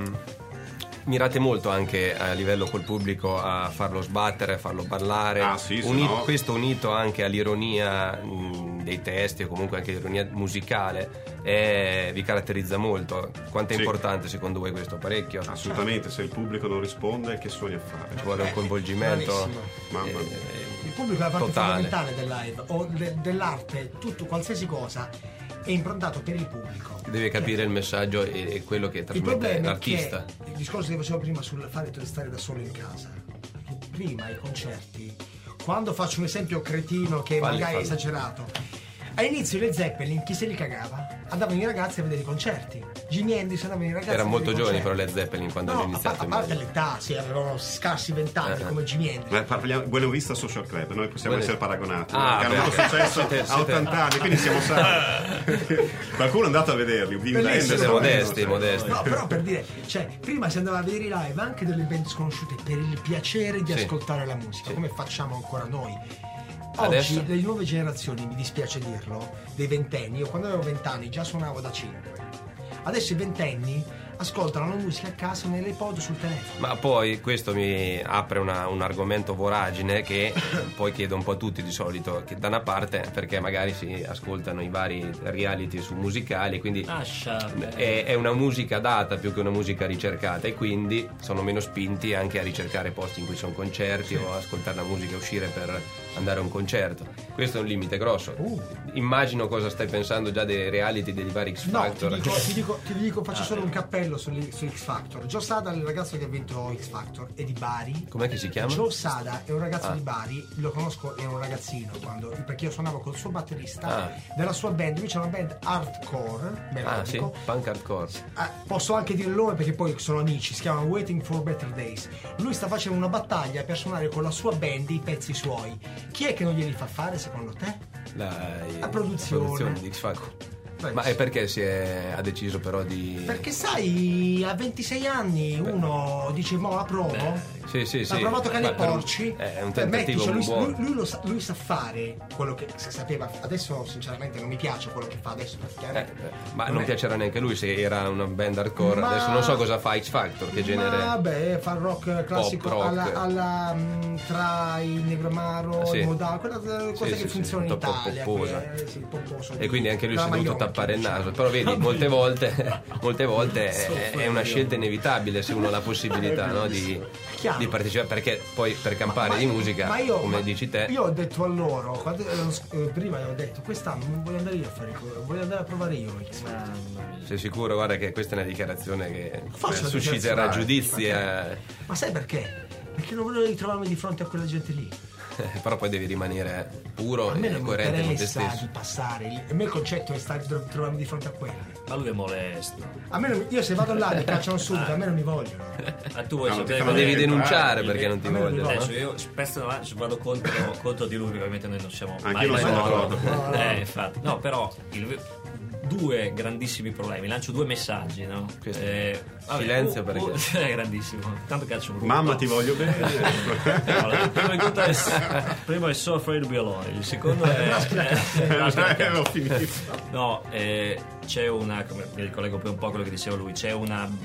mirate molto anche a livello col pubblico a farlo sbattere, a farlo ballare. Ah, sì, se no- Questo unito anche all'ironia dei testi o comunque anche l'ironia musicale vi caratterizza molto. Quanto è Sì. importante secondo voi questo? Parecchio? Assolutamente, se il pubblico non risponde, che suoni a fare? Ci vuole un coinvolgimento. Bravissimo. Mamma mia. Il pubblico è la parte totale. fondamentale del live o dell'arte, tutto, qualsiasi cosa è improntato per il pubblico. Deve capire il messaggio e quello che Il trasmette problema è l'artista. che il discorso che facevo prima sul fare stare da solo in casa, prima ai concerti, quando faccio un esempio cretino che Falli, magari è falli. esagerato, all'inizio le Zeppelin chi se li cagava? Andavano i ragazzi a vedere i concerti. Jimi Hendrix andavano i ragazzi Erano a molto vedere i giovani però concerti. le Zeppelin quando No, hanno iniziato. a parte immagino. l'età, sì, avevano scarsi 20 anni come Jimi Hendrix. Buena Vista Social Club, noi possiamo Buena- essere paragonati, Ah, perché hanno avuto beh, successo siete- a 80 anni, quindi siamo salvi. Qualcuno è andato a vederli, Wim Bellissimo. Wenders, Siete modesti, cioè, modesti. No, però per dire, cioè, prima si andava a vedere i live anche delle band sconosciute per il piacere di Sì. ascoltare la musica, come facciamo ancora noi. Oggi Adesso? le nuove generazioni, mi dispiace dirlo, dei ventenni, io quando avevo 20 anni già suonavo da 5. Adesso i ventenni ascoltano la musica a casa nell'iPod sul telefono. Ma poi questo mi apre un argomento voragine che poi chiedo un po' a tutti di solito, che da una parte perché magari si ascoltano i vari reality su musicali, quindi Lascia. è una musica data più che una musica ricercata e quindi sono meno spinti anche a ricercare posti in cui sono concerti o ascoltare la musica, uscire per andare a un concerto. Questo è un limite grosso. Immagino cosa stai pensando già dei reality dei vari X No, Factor. ti dico, faccio solo un cappello su X Factor. Joe Sada, il ragazzo che ha vinto X Factor, è di Bari. Com'è che si chiama? Joe Sada è un ragazzo Ah. di Bari, lo conosco, era un ragazzino perché io suonavo col suo batterista Ah. della sua band. Lui c'è una band hardcore, Ah sì, melodico. punk hardcore. Posso anche dire il nome perché poi sono amici, si chiama Waiting for Better Days. Lui sta facendo una battaglia per suonare con la sua band i pezzi suoi. Chi è che non glieli fa fare secondo te? La produzione. di X Factor. Bravissimo. Ma è perché ha deciso però di... Perché sai, a 26 anni uno dice, mo la provo. Sì. Ha provato cani e porci. È un tentativo Mettici, buono. lui sa fare quello che sapeva. Adesso sinceramente non mi piace quello che fa adesso. Ma non piacerà neanche lui se era una band hardcore. Ma- Adesso non so cosa fa X Factor, che genere... Vabbè, fa il rock classico Pop rock. tra il Negromaro, Sì. il Modal, quella cosa che sì, funziona in un po' Italia. popposa. Popposo E quindi anche lui si è dovuto tappare il naso. Però Però vedi, molte volte è una scelta inevitabile se uno ha la possibilità, no, di partecipare, perché poi per campare di musica, come dici te... Io ho detto a loro, prima ho detto, quest'anno non voglio andare io a fare voglio andare a provare io. Sei sicuro? Guarda che questa è una dichiarazione che Faccio la susciterà dichiarazione. giudizi. Ma sai perché? Perché non voglio ritrovarmi di fronte a quella gente lì. Però poi devi rimanere puro A me e non mi coerente con te interessa di stesso. passare lì. A me il concetto è trovarmi di fronte a quella. Ma lui è molesto. A me io se vado là mi cacciano subito, a me non mi vogliono. Ma tu vuoi No, sapere ti Ma fanno devi denunciare il- perché non ti a me non mi vogliono. Adesso io spesso vado contro di lui, perché ovviamente noi non siamo Anche io non sono d'accordo. No. infatti. No, però due grandissimi problemi. Lancio due messaggi, no? Questo silenzio perché? È grandissimo. Tanto caccio brutto. Mamma ti voglio bene. No, primo è So Afraid to Be Alone, il secondo è L'ho finito. no, c'è una, come mi ricollego un po' a quello che diceva lui, c'è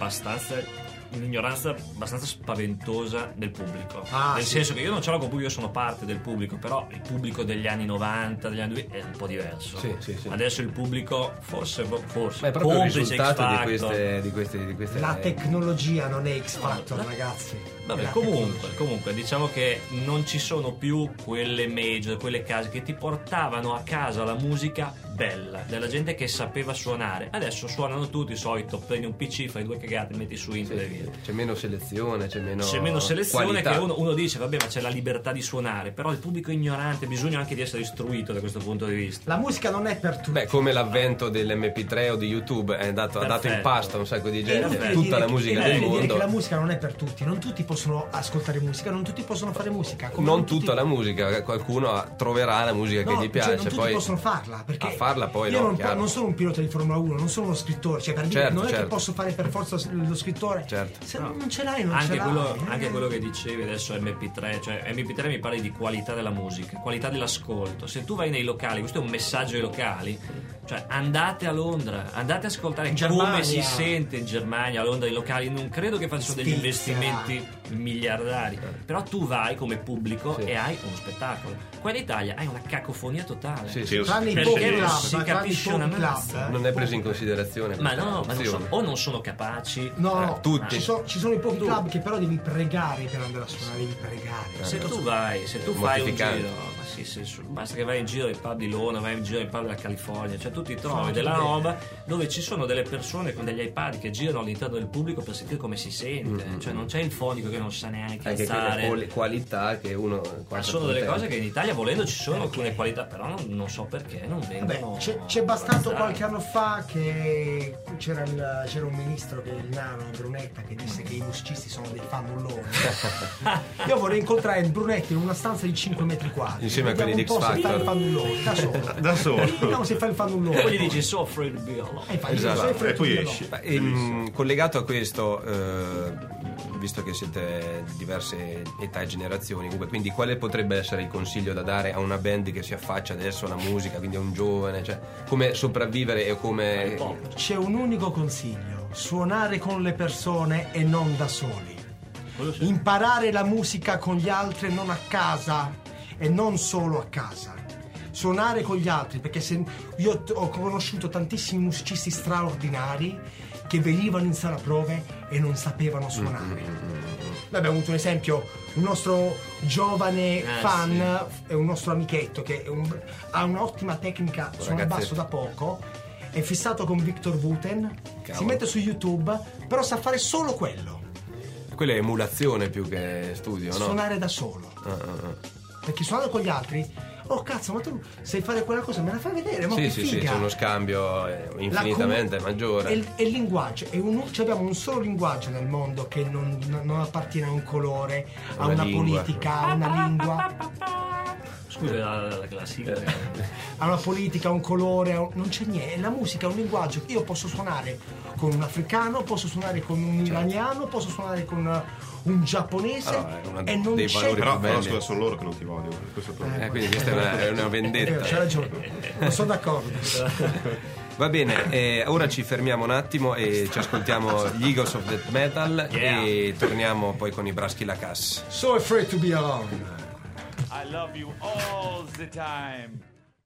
un'ignoranza abbastanza spaventosa del pubblico, nel senso che io non ce l'ho con il pubblico, io sono parte del pubblico, però il pubblico degli anni 90, degli anni 2000 è un po' diverso. Sì. Adesso il pubblico forse Ma è proprio il complice risultato X di Factor. queste La tecnologia non è X Factor, ragazzi. Vabbè, La comunque diciamo che non ci sono più quelle major, quelle case che ti portavano a casa la musica bella, della gente che sapeva suonare. Adesso suonano tutti, solito prendi un PC, fai due cagate, metti su internet e via. C'è meno selezione, c'è meno Selezione, qualità. che uno dice vabbè, ma c'è la libertà di suonare, però il pubblico è ignorante, bisogna anche di essere istruito da questo punto di vista. La musica non è per tutti. Beh, come l'avvento dell'MP3 o di YouTube ha dato in Perfetto. pasta un sacco di gente, inutile tutta dire la che- musica è del inutile dire mondo. che la musica non è per tutti, non tutti possono ascoltare musica, non tutti possono fare musica. Come Non tutti- tutta la musica, qualcuno troverà la musica che No, gli cioè, piace, non tutti poi possono farla, perché a farla poi io no, non, chiaro. non sono un pilota di Formula 1, non sono uno scrittore, cioè per dire, Certo, non è certo. che posso fare per forza lo scrittore. Certo. Se non ce l'hai, non Anche ce l'hai. quello che dicevi adesso MP3, cioè MP3 mi parli di qualità della musica, qualità dell'ascolto. Se tu vai nei locali, questo è un messaggio ai locali, cioè andate a Londra, andate a ascoltare In come Germania. si sente in Germania, a Londra, i locali. Non credo che facciano degli Svizzera. investimenti miliardari, però tu vai come pubblico Sì. e hai uno spettacolo. Qua in Italia hai una cacofonia totale. Sì, Sì, Tranne i Perché pop non club, si tranne i capisce pop una club, mazza. non è preso in considerazione Ma questa no, ma opzione. o non sono capaci. No, tutti. ci sono i pop club che però devi pregare per andare a suonare, devi pregare. Se tu vai, se tu È fai un mortificante. giro, ma basta che vai in giro ai pub di Londra, vai in giro ai pub della California, cioè tu ti trovi Sono della tutte roba dove ci sono delle persone con degli iPad che girano all'interno del pubblico per sentire come si sente, cioè non c'è il fonico che non sa neanche Anche alzare. quelle qualità che uno Ma sono delle cose che in Italia volendo ci sono alcune qualità, però non so perché non Vabbè, vengono. c'è bastato valorizzate. qualche anno fa che c'era un ministro, che è il nano Brunetta, che disse che i musicisti sono dei fannulloni. Io vorrei incontrare il Brunetta in una stanza di 5 metri quadri Insieme a quelli di Vediamo un po' se fa X il fannullone da solo. Da solo. Vediamo se fa il fannullone. Poi gli dici so afraid to be alone. Fai Esatto. sempre E poi tu, esci. no? Collegato a questo, visto che siete diverse età e generazioni, comunque, quindi quale potrebbe essere il consiglio da dare a una band che si affaccia adesso alla musica, quindi a un giovane, cioè come sopravvivere e come... C'è un unico consiglio: suonare con le persone e non da soli. Quello sì. Imparare la musica con gli altri e non a casa, e non solo a casa. Suonare con gli altri, perché io ho conosciuto tantissimi musicisti straordinari che venivano in sala prove e non sapevano suonare. Noi abbiamo avuto un esempio, un nostro giovane fan, è un nostro amichetto che ha un'ottima tecnica, suona il basso da poco, è fissato con Victor Wooten, si mette su YouTube, però sa fare solo quello. Quella è emulazione più che studio, no? Suonare da solo. Perché suonare con gli altri, oh cazzo, ma tu sai fare quella cosa, me la fai vedere, ma che Sì, figa. c'è uno scambio infinitamente maggiore. E il linguaggio, cioè abbiamo un solo linguaggio nel mondo che non appartiene a un colore, a Una una lingua. politica, a una lingua. Scusa, la sigla. Ha una politica, un colore, non c'è niente. La musica è un linguaggio. Io posso suonare con un africano, posso suonare con un iraniano, posso suonare con un giapponese e non dei c'è. valori Però scusa, sono loro che non ti vogliono. Questo è il problema. quindi questa è una vendetta. C'hai ragione, non sono d'accordo. Va bene, ora ci fermiamo un attimo e ci ascoltiamo gli Eagles of Death Metal e torniamo poi con i Braschi Lacasse. So afraid to be alone. I love you all the time.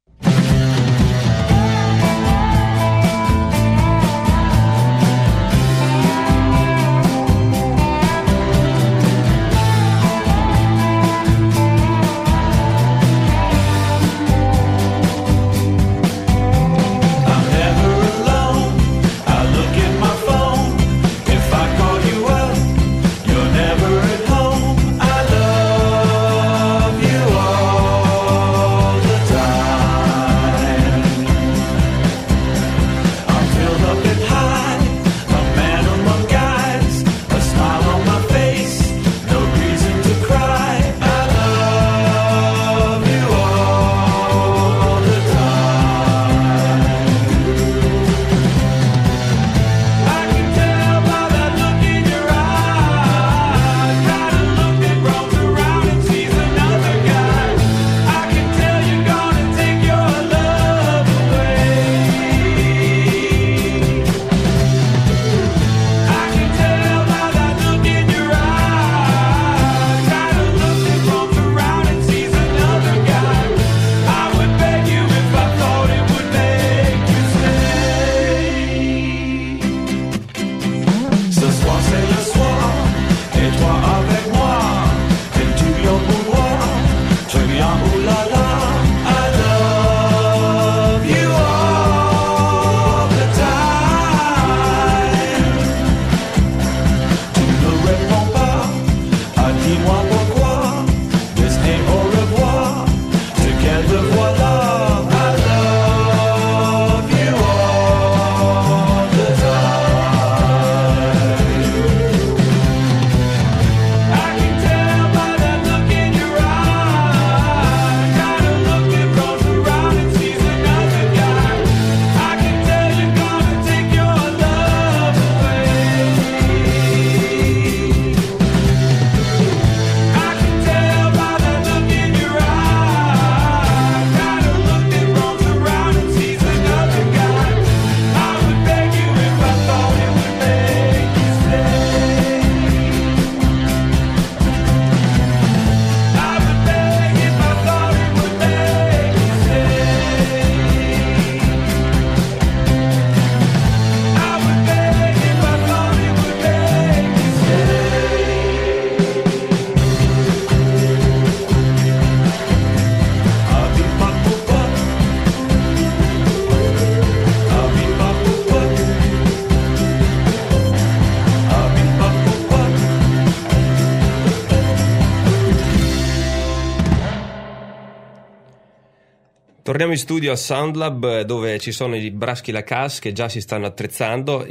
Torniamo in studio a Soundlab dove ci sono i Braschi Lacasse che già si stanno attrezzando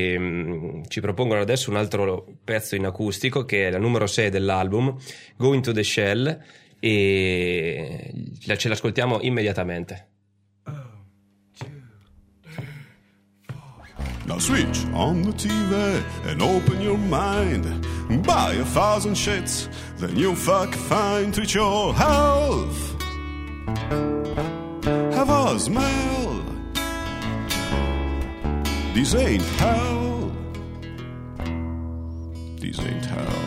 e ci propongono adesso un altro pezzo in acustico che è la numero 6 dell'album, Go Into The Shell, e ce l'ascoltiamo immediatamente. Now switch on the TV and open your mind. Buy 1,000 shits, then you'll fuck fine. Treat your health. Have a smell. This ain't hell. This ain't hell.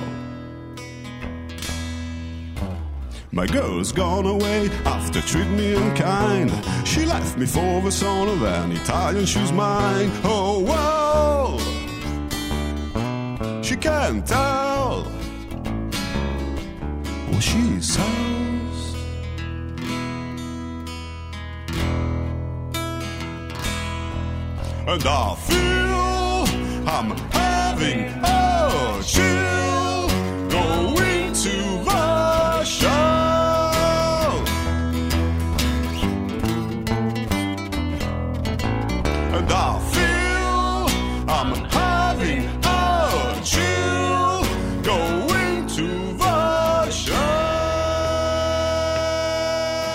My girl's gone away after treating me unkind. She left me for the son of an Italian, she's mine. Oh, well, she can't tell what she says. And I feel I'm having a chill going to the show. And I feel I'm having a chill going to the show.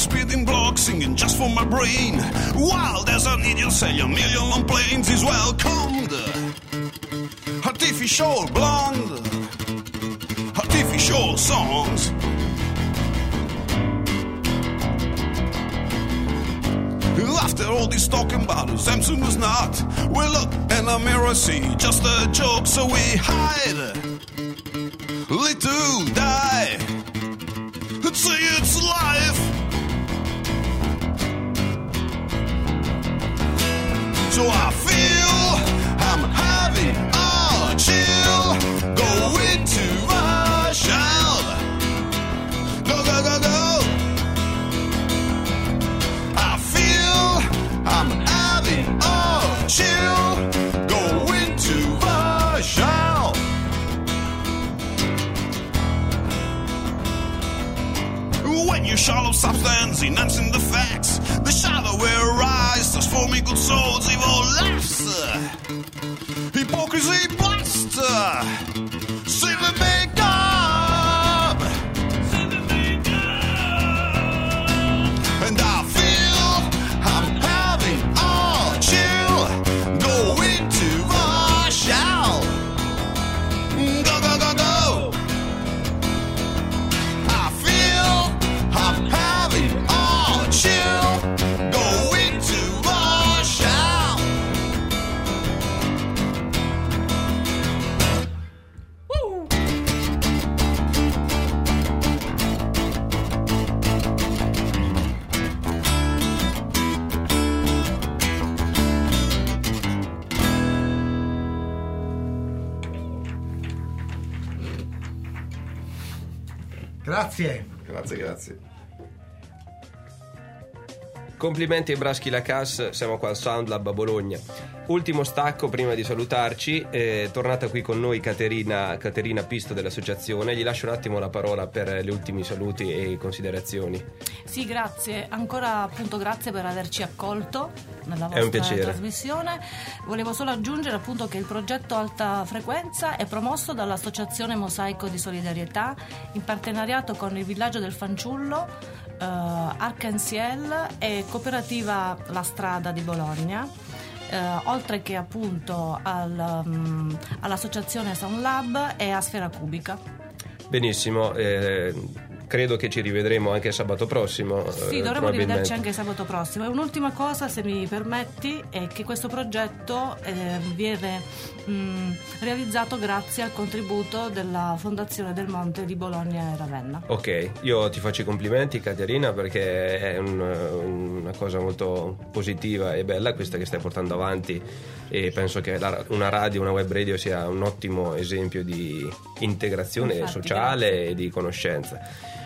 speeding block, singing just for my brain. Wild as an idiot, say a million on planes is welcomed. Artificial blonde, artificial songs. After all this talking about who Samson was not, we look in the mirror, see just a joke, so we hide. Little die, say it's life. So I feel I'm having a chill, go into the shell, go, go, go, go. I feel I'm having a chill, go into the shell. When you shallow substance, enhancing the facts, the shadow will rise, transforming good souls, evil laughs. Hypocrisy bust, see the makeup, and I feel I'm having a chill, go into the shell, go, go, go, go. I feel I'm having a chill, go into the shell. Woo! Grazie. Grazie. Complimenti ai Braschi Lacasse, siamo qua al Sound Lab a Bologna. Ultimo stacco prima di salutarci, tornata qui con noi Caterina Pisto dell'associazione. Gli lascio un attimo la parola per gli ultimi saluti e considerazioni. Sì, grazie. Ancora appunto grazie per averci accolto nella vostra trasmissione. Volevo solo aggiungere appunto che il progetto Alta Frequenza è promosso dall'Associazione Mosaico di Solidarietà in partenariato con il Villaggio del Fanciullo, Arc-en-Ciel e Cooperativa La Strada di Bologna, oltre che appunto all'associazione Sound Lab e a Sfera Cubica. Benissimo, credo che ci rivedremo anche sabato prossimo. Sì, dovremo rivederci anche sabato prossimo. E un'ultima cosa, se mi permetti, è che questo progetto viene realizzato grazie al contributo della Fondazione del Monte di Bologna e Ravenna. Ok, io ti faccio i complimenti Caterina, perché è una cosa molto positiva e bella questa che stai portando avanti, e penso che una radio, una web radio sia un ottimo esempio di integrazione sociale, grazie, e di conoscenza.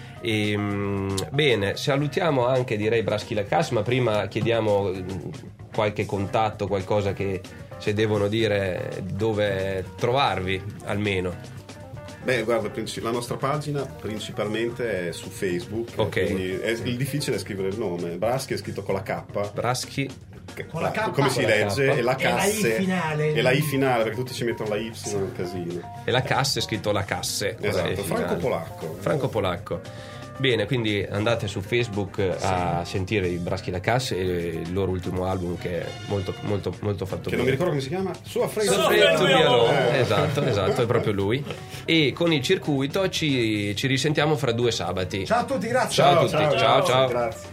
Bene, salutiamo anche direi Braschi Lacasse, ma prima chiediamo qualche contatto, qualcosa che se devono dire dove trovarvi almeno. Beh, guarda, la nostra pagina principalmente è su Facebook, quindi è difficile scrivere il nome. Braschi è scritto con la K. Braschi con la K, come si legge, e la casse e la I finale, perché tutti ci mettono la Y, è un casino. E la casse è scritto la casse. Esatto, Franco Polacco. Bene, quindi andate su Facebook a sentire i Braschi Lacasse e il loro ultimo album, che è molto molto molto fatto che bene. Non mi ricordo come si chiama. Su Afraid to Be Alone. Esatto, è proprio lui. E con il circuito ci risentiamo fra 2 sabati. Ciao a tutti, grazie. Ciao a tutti, ciao. Grazie.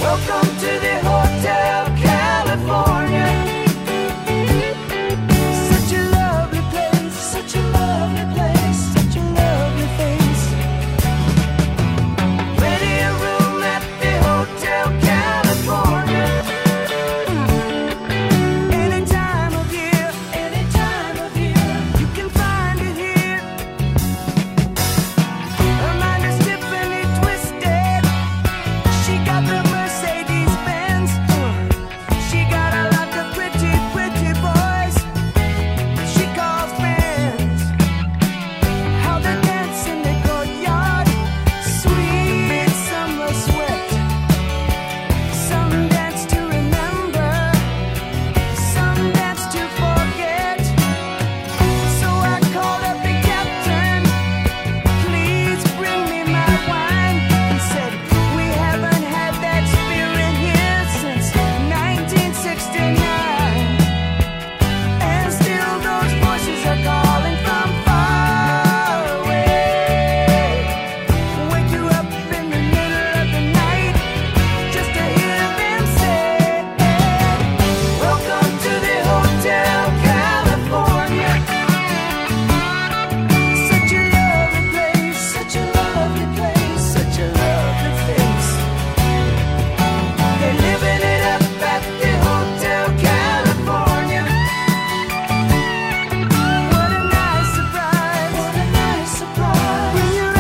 Welcome to the Hotel California. Such a lovely place, such a lovely place, such a lovely face. Plenty of room at the Hotel California. Any time of year, you can find it here. Her mind is Tiffany twisted. She got the Mercedes-Benz. She got a lot of pretty, pretty boys she calls friends. How they dance in the courtyard, sweet summer sweat. Some dance to remember, some dance to forget. So I called up the captain, please bring me my wine. He said, we haven't had that spirit here since 1969. And still those voices are calling from far away. Wake you up in the middle of the night just to hear them say, welcome to the Hotel California. Such a lovely place, such a lovely place, such a lovely face. They're living it up at the Hotel California. What a nice surprise, what a nice surprise. Bring your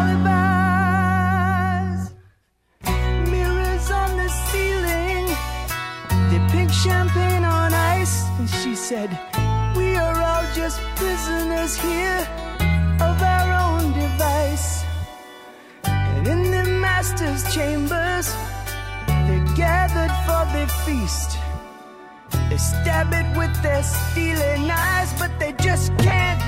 alibis. Mirrors on the ceiling, the pink champagne on ice. And she said, we are all just prisoners here of our own device. And in the master's chambers, they're gathered for the feast. They stab it with their steely knives, but they just can't